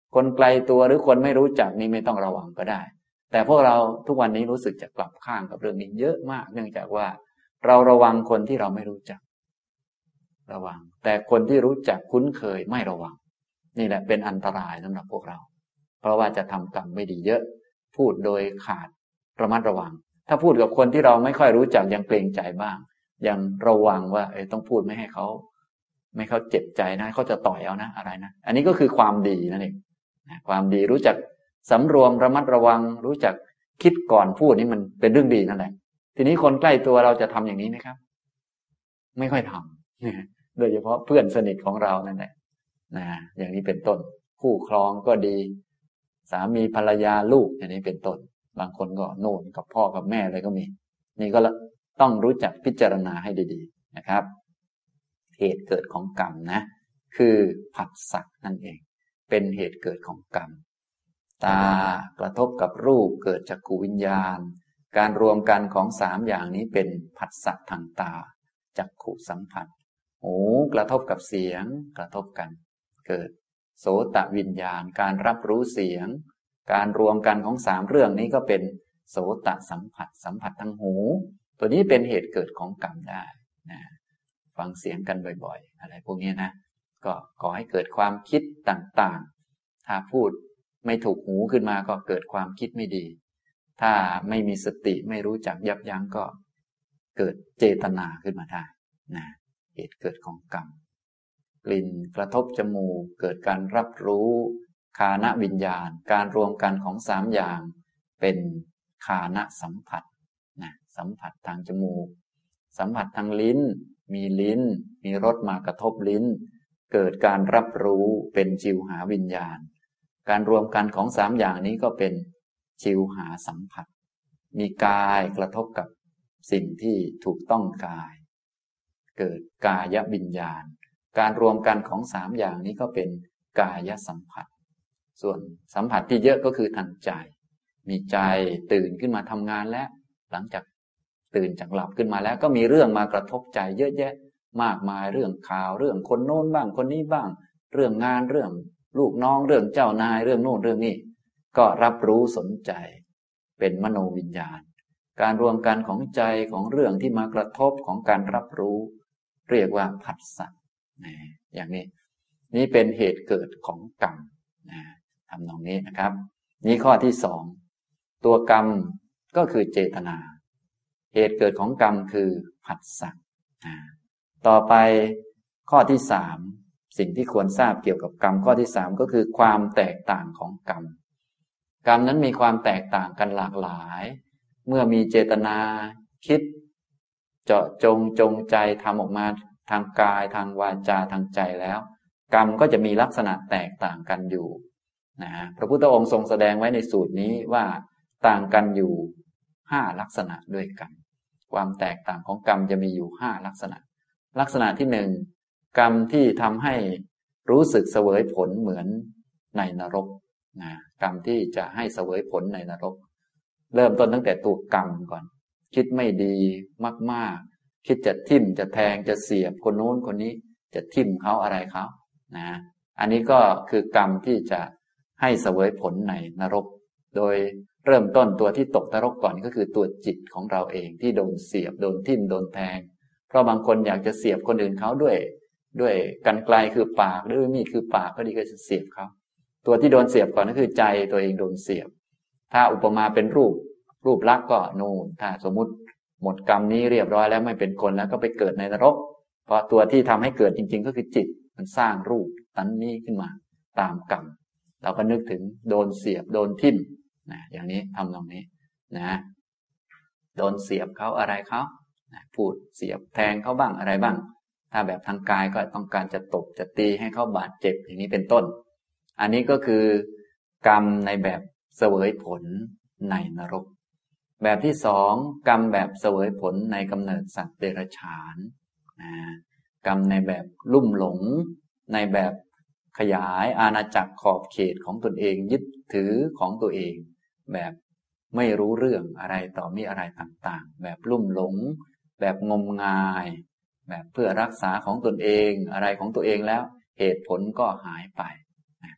คนไกลตัวหรือคนไม่รู้จักนี่ไม่ต้องระวังก็ได้แต่พวกเราทุกวันนี้รู้สึกจะกลับข้างกับเรื่องนี้เยอะมากเนื่องจากว่าเราระวังคนที่เราไม่รู้จักระวังแต่คนที่รู้จักคุ้นเคยไม่ระวังนี่แหละเป็นอันตรายสำหรับพวกเราเพราะว่าจะทำกรรมไม่ดีเยอะพูดโดยขาดระมัดระวังถ้าพูดกับคนที่เราไม่ค่อยรู้จักยังเกรงใจบ้างยังระวังว่าเออต้องพูดไม่ให้เขาไม่เขาเจ็บใจนะเขาจะต่อยเอานะอะไรนะอันนี้ก็คือความดีนั่นเองความดีรู้จักสำรวมระมัดระวังรู้จักคิดก่อนพูดนี่มันเป็นเรื่องดีนั่นแหละทีนี้คนใกล้ตัวเราจะทำอย่างนี้ไหมครับไม่ค่อยทำโดยเฉพาะเพื่อนสนิทของเรานั่นแหละนะอย่างนี้เป็นต้นคู่ครองก็ดีสามีภรรยาลูกอย่างนี้เป็นต้นบางคนก็โน่นกับพ่อกับแม่อะไรก็มีนี่ก็ต้องรู้จักพิจารณาให้ดีๆนะครับเหตุเกิดของกรรมนะคือผัสสะนั่นเองเป็นเหตุเกิดของกรรมตากระทบกับรูปเกิดจักขุวิญญาณการรวมกันของสามอย่างนี้เป็นผัสสะทางตาจักขุสัมผัสหูกระทบกับเสียงกระทบกันเกิดโสตวิญญาณการรับรู้เสียงการรวมกันของสามเรื่องนี้ก็เป็นโสตสัมผัสสัมผัสทางหูตัวนี้เป็นเหตุเกิดของกรรมได้นะฟังเสียงกันบ่อยๆอะไรพวกนี้นะก็ก่อให้เกิดความคิดต่างๆถ้าพูดไม่ถูกหูขึ้นมาก็เกิดความคิดไม่ดีถ้าไม่มีสติไม่รู้จักยับยั้งก็เกิดเจตนาขึ้นมาได้นะเหตุเกิดของกรรมกลิ่นกระทบจมูกเกิดการรับรู้ฆานวิญญาณการรวมกันของสามอย่างเป็นฆานสัมผัสนะสัมผัสทางจมูกสัมผัสทางลิ้นมีลิ้นมีรสมากระทบลิ้นเกิดการรับรู้เป็นชิวหาวิญญาณการรวมกันของสามอย่างนี้ก็เป็นชิวหาสัมผัสมีกายกระทบกับสิ่งที่ถูกต้องกายเกิดกายวิญญาณการรวมกันของสามอย่างนี้ก็เป็นกายสัมผัสส่วนสัมผัสที่เยอะก็คือทางใจมีใจตื่นขึ้นมาทำงานแล้วหลังจากตื่นจากหลับขึ้นมาแล้วก็มีเรื่องมากระทบใจเยอะแยะมากมายเรื่องข่าวเรื่องคนโน้นบ้างคนนี้บ้างเรื่องงานเรื่องลูกน้องเรื่องเจ้านายเรื่องโน้นเรื่องนี้ก็รับรู้สนใจเป็นมโนวิญญาณการรวมกันของใจของเรื่องที่มากระทบของการรับรู้เรียกว่าผัสสะนะอย่างนี้นี่เป็นเหตุเกิดของกรรมนะทำตรงนี้นะครับนี่ข้อที่สองตัวกรรมก็คือเจตนาเหตุเกิดของกรรมคือผัสสะนะต่อไปข้อที่สามสิ่งที่ควรทราบเกี่ยวกับกรรมข้อที่สามก็คือความแตกต่างของกรรมกรรมนั้นมีความแตกต่างกันหลากหลายเมื่อมีเจตนาคิดเจาะจงจงใจทำออกมาทางกายทางวาจาทางใจแล้วกรรมก็จะมีลักษณะแตกต่างกันอยู่นะพระพุทธองค์ทรงแสดงไว้ในสูตรนี้ว่าต่างกันอยู่ห้าลักษณะด้วยกันความแตกต่างของกรรมจะมีอยู่ห้าลักษณะลักษณะที่หนึ่งกรรมที่ทำให้รู้สึกเสวยผลเหมือนในนรกนะกรรมที่จะให้เสวยผลในนรกเริ่มต้นตั้งแต่ตัวกรรมก่อนคิดไม่ดีมากๆคิดจะทิ่มจะแทงจะเสียบคนโน้นคนนี้จะทิ่มเขาอะไรเขานะอันนี้ก็คือกรรมที่จะให้เสวยผลในนรกโดยเริ่มต้นตัวที่ตกนรกก่อนก็คือตัวจิตของเราเองที่โดนเสียบโดนทิ่มโดนแทงเพราะบางคนอยากจะเสียบคนอื่นเขาด้วยด้วยกรรไกรคือปากหรือมีดคือปากก็ดีก็จะเสียบเขาตัวที่โดนเสียบก่อนก็คือใจตัวเองโดนเสียบถ้าอุปมาเป็นรูปรูปลักษณ์ก็โน่นถ้าสมมุติหมดกรรมนี้เรียบร้อยแล้วไม่เป็นคนแล้วก็ไปเกิดในนรกเพราะตัวที่ทำให้เกิดจริงๆก็คือจิตมันสร้างรูปนั้นนี้ขึ้นมาตามกรรมเราก็นึกถึงโดนเสียบโดนทิ่มนะอย่างนี้ทำตรงนี้นะโดนเสียบเขาอะไรเขานะพูดเสียบแทงเขาบ้างอะไรบ้างถ้าแบบทางกายก็ต้องการจะตบจะตีให้เขาบาดเจ็บอย่างนี้เป็นต้นอันนี้ก็คือกรรมในแบบเสวยผลในนรกแบบที่สองกรรมแบบเสวยผลในกำเนิดสัตว์เดรัจฉานนะกรรมในแบบลุ่มหลงในแบบขยายอาณาจักรขอบเขตของตนเองยึดถือของตัวเองแบบไม่รู้เรื่องอะไรต่อมีอะไรต่างๆแบบลุ่มหลงแบบงมงายแบบเพื่อรักษาของตนเองอะไรของตัวเองแล้วเหตุผลก็หายไปนะ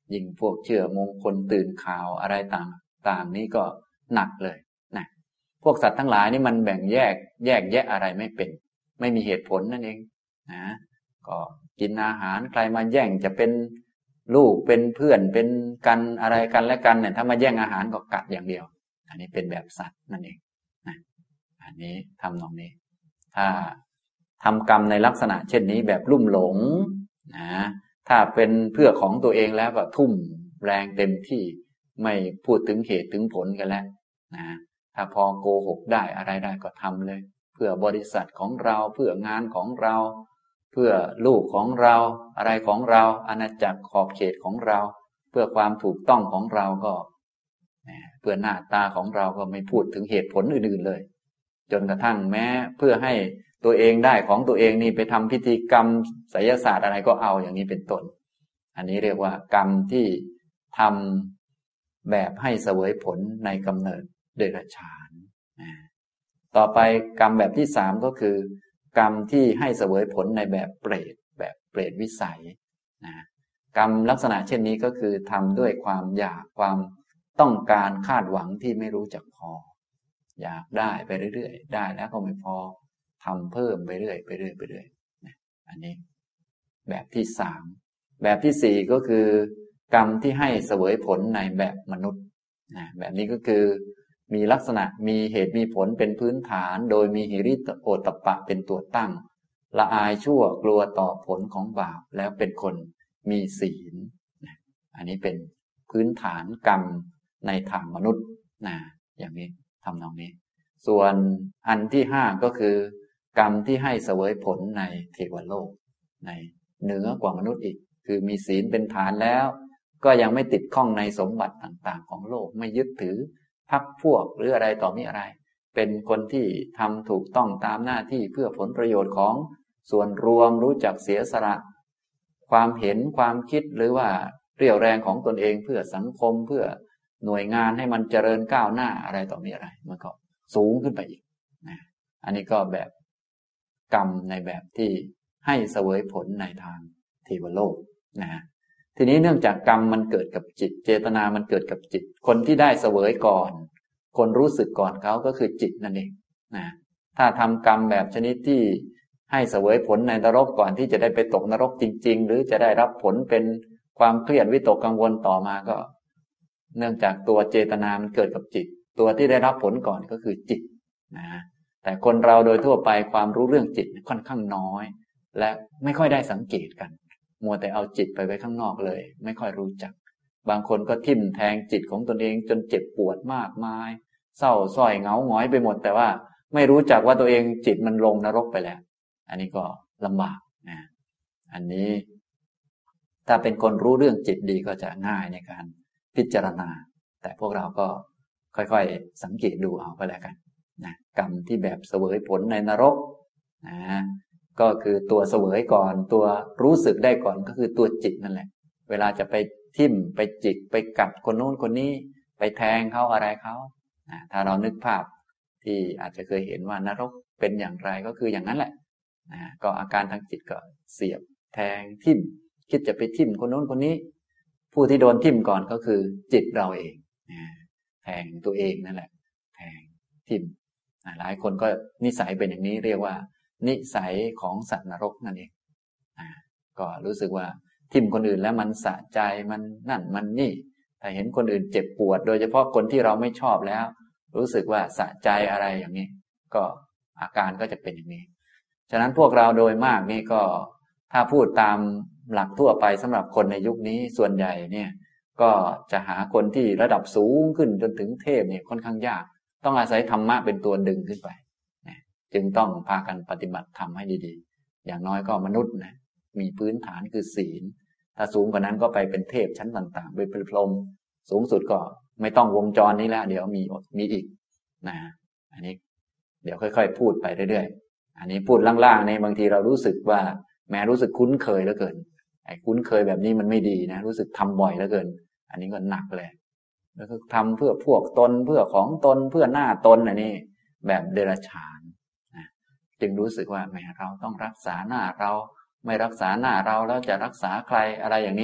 ยิ่งพวกเชื่อมงคลตื่นข่าวอะไรต่างๆนี้ก็หนักเลยนะพวกสัตว์ทั้งหลายนี่มันแบ่งแยกแยกแยะอะไรไม่เป็นไม่มีเหตุผลนั่นเองนะก็กินอาหารใครมาแย่งจะเป็นลูกเป็นเพื่อนเป็นกันอะไรกันและกันเนี่ยถ้ามาแย่งอาหารก็กัดอย่างเดียวอันนี้เป็นแบบสัตว์นั่นเองนะอันนี้ทำนองนี้ถ้าทำกรรมในลักษณะเช่นนี้แบบลุ่มหลงนะถ้าเป็นเพื่อของตัวเองแล้วก็ทุ่มแรงเต็มที่ไม่พูดถึงเหตุถึงผลกันแล้วนะถ้าพอโกหกได้อะไรได้ก็ทำเลยเพื่อบริษัทของเราเพื่องานของเราเพื่อลูกของเราอะไรของเราอาณาจักรขอบเขตของเราเพื่อความถูกต้องของเราก็เพื่อหน้าตาของเราก็ไม่พูดถึงเหตุผลอื่นๆเลยจนกระทั่งแม้เพื่อให้ตัวเองได้ของตัวเองนี่ไปทำพิธีกรรมไสยศาสตร์อะไรก็เอาอย่างนี้เป็นต้นอันนี้เรียกว่ากรรมที่ทำแบบให้เสวยผลในกำเนิดเดรัจฉานต่อไปกรรมแบบที่สามก็คือกรรมที่ให้เสวยผลในแบบเปรตแบบเปรตวิสัยนะกรรมลักษณะเช่นนี้ก็คือทำด้วยความอยากความต้องการคาดหวังที่ไม่รู้จักพออยากได้ไปเรื่อยๆได้แล้วก็ไม่พอทำเพิ่มไปเรื่อยไปเรื่อยไปเรื่อยนะอันนี้แบบที่สามแบบที่สี่ก็คือกรรมที่ให้เสวยผลในแบบมนุษย์นะแบบนี้ก็คือมีลักษณะมีเหตุมีผลเป็นพื้นฐานโดยมีหิริโอตตัปปะเป็นตัวตั้งละอายชั่วกลัวต่อผลของบาปแล้วเป็นคนมีศีลนะอันนี้เป็นพื้นฐานกรรมในทางมนุษย์นะอย่างนี้ทำนองนี้ส่วนอันที่ห้าก็คือกรรมที่ให้เสวยผลในเทวโลกในเหนือกว่ามนุษย์อีกคือมีศีลเป็นฐานแล้วก็ยังไม่ติดข้องในสมบัติต่างๆของโลกไม่ยึดถือพรรคพวกหรืออะไรต่อมีอะไรเป็นคนที่ทำถูกต้องตามหน้าที่เพื่อผลประโยชน์ของส่วนรวมรู้จักเสียสละความเห็นความคิดหรือว่าเรี่ยวแรงของตนเองเพื่อสังคมเพื่อหน่วยงานให้มันเจริญก้าวหน้าอะไรต่อมีอะไรมันก็สูงขึ้นไปอีกนะอันนี้ก็แบบกรรมในแบบที่ให้เสวยผลในทางเทวโลกนะทีนี้เนื่องจากกรรมมันเกิดกับจิตเจตนามันเกิดกับจิตคนที่ได้เสวยก่อนคนรู้สึกก่อนเขาก็คือจิตนั่นเองนะถ้าทำกรรมแบบชนิดที่ให้เสวยผลในนรกก่อนที่จะได้ไปตกนรกจริงๆหรือจะได้รับผลเป็นความเครียดวิตกกังวลต่อมาก็เนื่องจากตัวเจตนามันเกิดกับจิตตัวที่ได้รับผลก่อนก็คือจิตนะแต่คนเราโดยทั่วไปความรู้เรื่องจิตค่อนข้างน้อยและไม่ค่อยได้สังเกตกันมัวแต่เอาจิตไปไว้ข้างนอกเลยไม่ค่อยรู้จักบางคนก็ทิ่มแทงจิตของตนเองจนเจ็บปวดมากมายเศร้าส้อยเหงาหงอยไปหมดแต่ว่าไม่รู้จักว่าตัวเองจิตมันลงนรกไปแล้วอันนี้ก็ลำบากนะอันนี้ถ้าเป็นคนรู้เรื่องจิตดีก็จะง่ายในการพิจารณาแต่พวกเราก็ค่อยๆสังเกตดูเอาก็แล้วกันนะกรรมที่แบบเสวยผลในนรกนะก็คือตัวเสวยก่อนตัวรู้สึกได้ก่อนก็คือตัวจิตนั่นแหละเวลาจะไปทิ่มไปจิกไปกัดคนโน้นคนนี้ไปแทงเขาอะไรเขานะถ้าเรานึกภาพที่อาจจะเคยเห็นว่านรกเป็นอย่างไรก็คืออย่างนั้นแหละนะก็อาการทางจิตก็เสียบแทงทิ่มคิดจะไปทิ่มคนโน้นคนนี้ผู้ที่โดนทิ่มก่อนก็คือจิตเราเองนะแทงตัวเองนั่นแหละแทงทิ่มหลายคนก็นิสัยเป็นอย่างนี้เรียกว่านิสัยของสัตว์นรกนั่นเองอ่าก็รู้สึกว่าทิ่มคนอื่นแล้วมันสะใจมันนั่นมันนี่แต่เห็นคนอื่นเจ็บปวดโดยเฉพาะคนที่เราไม่ชอบแล้วรู้สึกว่าสะใจอะไรอย่างนี้ก็อาการก็จะเป็นอย่างนี้ฉะนั้นพวกเราโดยมากนี่ก็ถ้าพูดตามหลักทั่วไปสำหรับคนในยุคนี้ส่วนใหญ่เนี่ยก็จะหาคนที่ระดับสูงขึ้นจนถึงเทพเนี่ยค่อนข้างยากต้องอาศัยธรรมะเป็นตัวดึงขึ้นไปจึงต้องพากันปฏิบัติธรรมให้ดีๆอย่างน้อยก็มนุษย์นะมีพื้นฐานคือศีลถ้าสูงกว่านั้นก็ไปเป็นเทพชั้นต่างๆไปเป็นพรหมสูงสุดก็ไม่ต้องวงจรนี้แล้วเดี๋ยวมีมีอีกนะอันนี้เดี๋ยวค่อยๆพูดไปเรื่อยๆอันนี้พูดล่างๆในบางทีเรารู้สึกว่าแม้รู้สึกคุ้นเคยเหลือเกินไอ้คุ้นเคยแบบนี้มันไม่ดีนะรู้สึกทำบ่อยเหลือเกินอันนี้ก็หนักเลยแล้วก็ทำเพื่อพวกตนเพื่อของตนเพื่อหน้าตนอันนี้แบบเดรัจฉานจึงรู้สึกว่าแหมเราต้องรักษาหน้าเราไม่รักษาหน้าเราแล้วจะรักษาใครอะไรอย่างนี้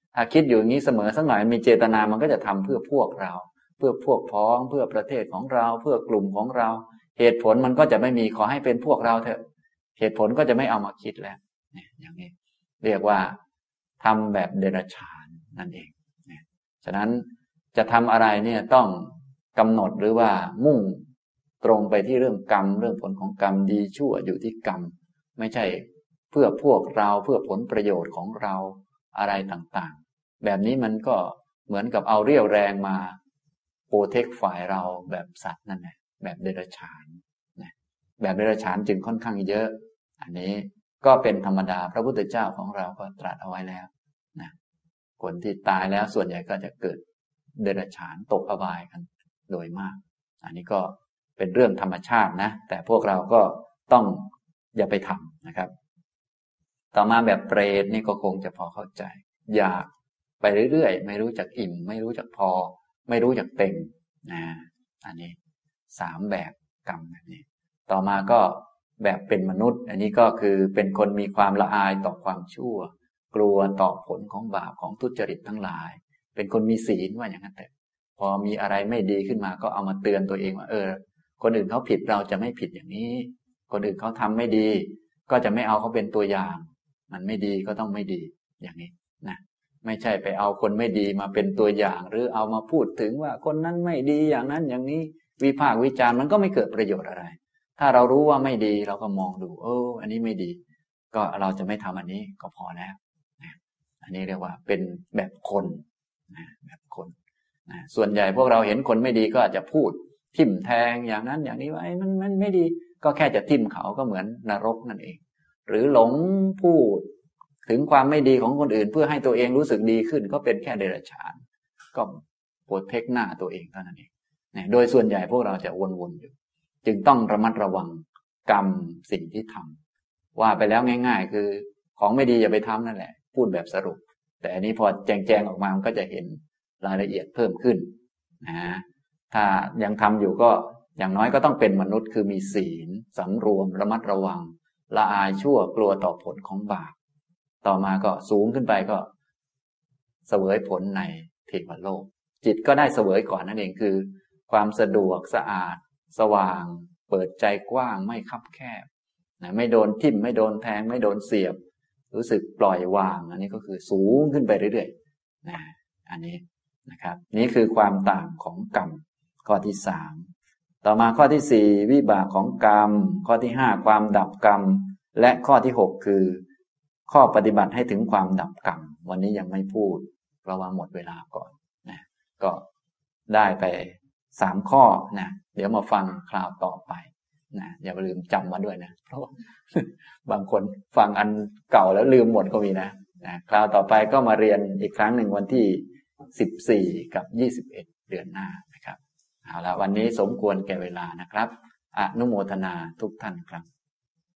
ถ้าคิดอยู่อย่างนี้เสมอสักหน่อยมีเจตนามันก็จะทำเพื่อพวกเราเพื่อพวกพ้องเพื่อประเทศของเราเพื่อกลุ่มของเราเหตุผลมันก็จะไม่มีขอให้เป็นพวกเราเถอะเหตุผลก็จะไม่เอามาคิดแล้วเนี่ยอย่างนี้เรียกว่าทำแบบเดรัจฉานนั่นเองเนี่ยฉะนั้นจะทำอะไรเนี่ยต้องกำหนดหรือว่ามุ่งตรงไปที่เรื่องกรรมเรื่องผลของกรรมดีชั่วอยู่ที่กรรมไม่ใช่เพื่อพวกเราเพื่อผลประโยชน์ของเราอะไรต่างๆแบบนี้มันก็เหมือนกับเอาเรี่ยวแรงมาโปรเทคฝ่ายเราแบบสัตว์นั่นแหละแบบเดรัจฉานนะแบบเดรัจฉานจึงค่อนข้างเยอะอันนี้ก็เป็นธรรมดาพระพุทธเจ้าของเราก็ตรัสเอาไว้แล้วนะคนที่ตายแล้วส่วนใหญ่ก็จะเกิดเดรัจฉานตกอบายกันโดยมากอันนี้ก็เป็นเรื่องธรรมชาตินะแต่พวกเราก็ต้องอย่าไปทำนะครับต่อมาแบบเปรตนี่ก็คงจะพอเข้าใจอยากไปเรื่อยๆไม่รู้จักอิ่มไม่รู้จักพอไม่รู้จักเต็มนะอันนี้สามแบบกรรมแบบนี้ต่อมาก็แบบเป็นมนุษย์อันนี้ก็คือเป็นคนมีความละอายต่อความชั่วกลัวต่อผลของบาปของทุจริตทั้งหลายเป็นคนมีศีลว่าอย่างนั้นแต่พอมีอะไรไม่ดีขึ้นมาก็เอามาเตือนตัวเองว่าเออคนอื่นเขาผิดเราจะไม่ผิดอย่างนี้คนอื่นเขาทำไม่ดีก็จะไม่เอาเขาเป็นตัวอย่างมันไม่ดีก็ต้องไม่ดีอย่างนี้นะไม่ใช่ไปเอาคนไม่ดีมาเป็นตัวอย่างหรือเอามาพูดถึงว่าคนนั้นไม่ดีอย่างนั้นอย่างนี้วิพากษ์วิจารณ์มันก็ไม่เกิดประโยชน์อะไรถ้าเรารู้ว่าไม่ดีเราก็มองดูเอออันนี้ไม่ดีก็เราจะไม่ทำอันนี้ก็พอแล้วนะอันนี้เรียกว่าเป็นแบบคนนะแบบคนนะส่วนใหญ่พวกเราเห็นคนไม่ดีก็อาจจะพูดทิ่มแทงอย่างนั้นอย่างนี้ว่าไอ้มันมันไม่ดีก็แค่จะทิ่มเขาก็เหมือนนรกนั่นเองหรือหลงพูดถึงความไม่ดีของคนอื่นเพื่อให้ตัวเองรู้สึกดีขึ้นก็เป็นแค่เดรัจฉานก็โปรเทคหน้าตัวเองเท่านั้นเองนะโดยส่วนใหญ่พวกเราจะวนๆอยู่จึงต้องระมัดระวังกรรมสิ่งที่ทำว่าไปแล้วง่ายๆคือของไม่ดีอย่าไปทำนั่นแหละพูดแบบสรุปแต่อันนี้พอแจงๆออกมามันก็จะเห็นรายละเอียดเพิ่มขึ้นนะถ้ายังทำอยู่ก็อย่างน้อยก็ต้องเป็นมนุษย์คือมีศีลสำรวมระมัดระวังละอายชั่วกลัวต่อผลของบาปต่อมาก็สูงขึ้นไปก็เสวยผลในเทวโลกจิตก็ได้เสวยก่อนนั่นเองคือความสะดวกสะอาดสว่างเปิดใจกว้างไม่คับแคบนะไม่โดนทิ่มไม่โดนแทงไม่โดนเสียบรู้สึกปล่อยวางอันนี้ก็คือสูงขึ้นไปเรื่อยๆนะอันนี้นะครับนี่คือความต่างของกรรมข้อที่สามต่อมาข้อที่สี่วิบากของกรรมข้อที่ห้าความดับกรรมและข้อที่หกคือข้อปฏิบัติให้ถึงความดับกรรมวันนี้ยังไม่พูดเพราะว่าหมดเวลาก่อนนะก็ได้ไปสามข้อนะเดี๋ยวมาฟังคราวต่อไปนะอย่าลืมจำมาด้วยนะเพราะบางคนฟังอันเก่าแล้วลืมหมดก็มีนะนะคราวต่อไปก็มาเรียนอีกครั้งหนึ่งวันที่สิบสี่กับยี่สิบเอ็ดเดือนหน้านะครับเอาละวันนี้สมควรแก่เวลานะครับอนุโมทนาทุกท่านครับ